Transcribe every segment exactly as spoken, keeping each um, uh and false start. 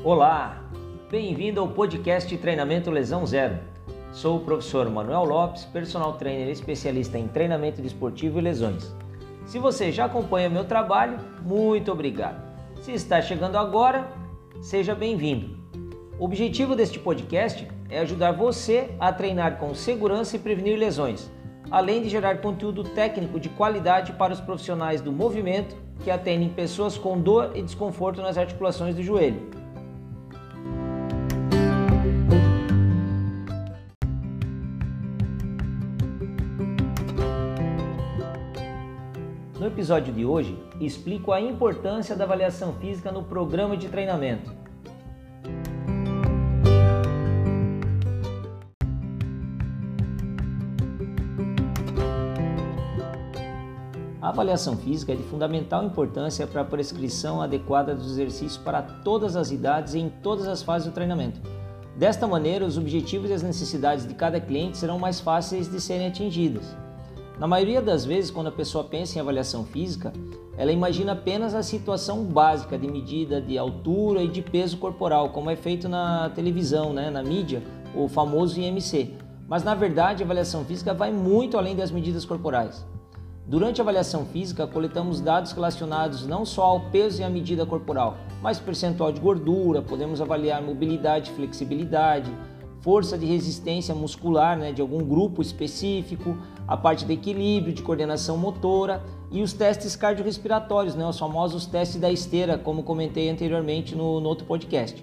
Olá, bem-vindo ao podcast Treinamento Lesão Zero. Sou o professor Manuel Lopes, personal trainer especialista em treinamento desportivo e lesões. Se você já acompanha meu trabalho, muito obrigado. Se está chegando agora, seja bem-vindo. O objetivo deste podcast é ajudar você a treinar com segurança e prevenir lesões, além de gerar conteúdo técnico de qualidade para os profissionais do movimento que atendem pessoas com dor e desconforto nas articulações do joelho. No episódio de hoje, explico a importância da avaliação física no programa de treinamento. A avaliação física é de fundamental importância para a prescrição adequada dos exercícios para todas as idades e em todas as fases do treinamento. Desta maneira, os objetivos e as necessidades de cada cliente serão mais fáceis de serem atingidas. Na maioria das vezes, quando a pessoa pensa em avaliação física, ela imagina apenas a situação básica de medida de altura e de peso corporal, como é feito na televisão, né, na mídia, o famoso I M C. Mas, na verdade, a avaliação física vai muito além das medidas corporais. Durante a avaliação física, coletamos dados relacionados não só ao peso e à medida corporal, mas percentual de gordura, podemos avaliar mobilidade e flexibilidade, força de resistência muscular, né, de algum grupo específico, a parte de equilíbrio, de coordenação motora e os testes cardiorrespiratórios, né, os famosos testes da esteira, como comentei anteriormente no, no outro podcast.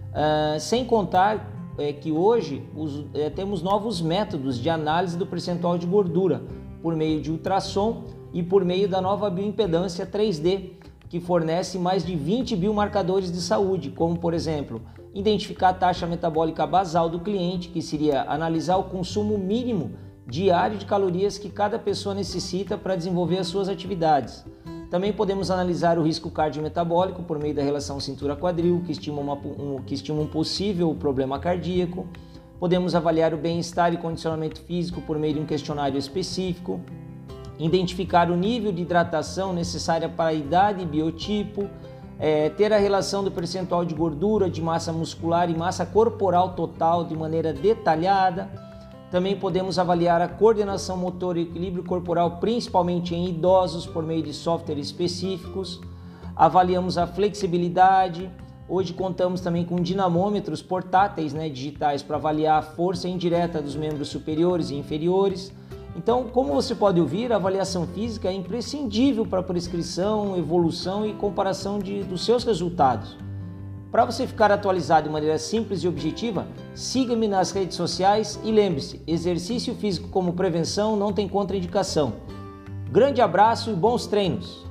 Uh, sem contar é, que hoje os, é, temos novos métodos de análise do percentual de gordura, por meio de ultrassom e por meio da nova bioimpedância três D, que fornece mais de vinte biomarcadores de saúde, como, por exemplo, identificar a taxa metabólica basal do cliente, que seria analisar o consumo mínimo diário de calorias que cada pessoa necessita para desenvolver as suas atividades. Também podemos analisar o risco cardiometabólico por meio da relação cintura-quadril, que estima, uma, um, que estima um possível problema cardíaco. Podemos avaliar o bem-estar e condicionamento físico por meio de um questionário específico, identificar o nível de hidratação necessária para a idade e biotipo, é, ter a relação do percentual de gordura, de massa muscular e massa corporal total de maneira detalhada. Também podemos avaliar a coordenação motora e equilíbrio corporal, principalmente em idosos, por meio de softwares específicos. Avaliamos a flexibilidade. Hoje contamos também com dinamômetros portáteis, né, digitais, para avaliar a força indireta dos membros superiores e inferiores. Então, como você pode ouvir, a avaliação física é imprescindível para a prescrição, evolução e comparação de, dos seus resultados. Para você ficar atualizado de maneira simples e objetiva, siga-me nas redes sociais e lembre-se, exercício físico como prevenção não tem contraindicação. Grande abraço e bons treinos!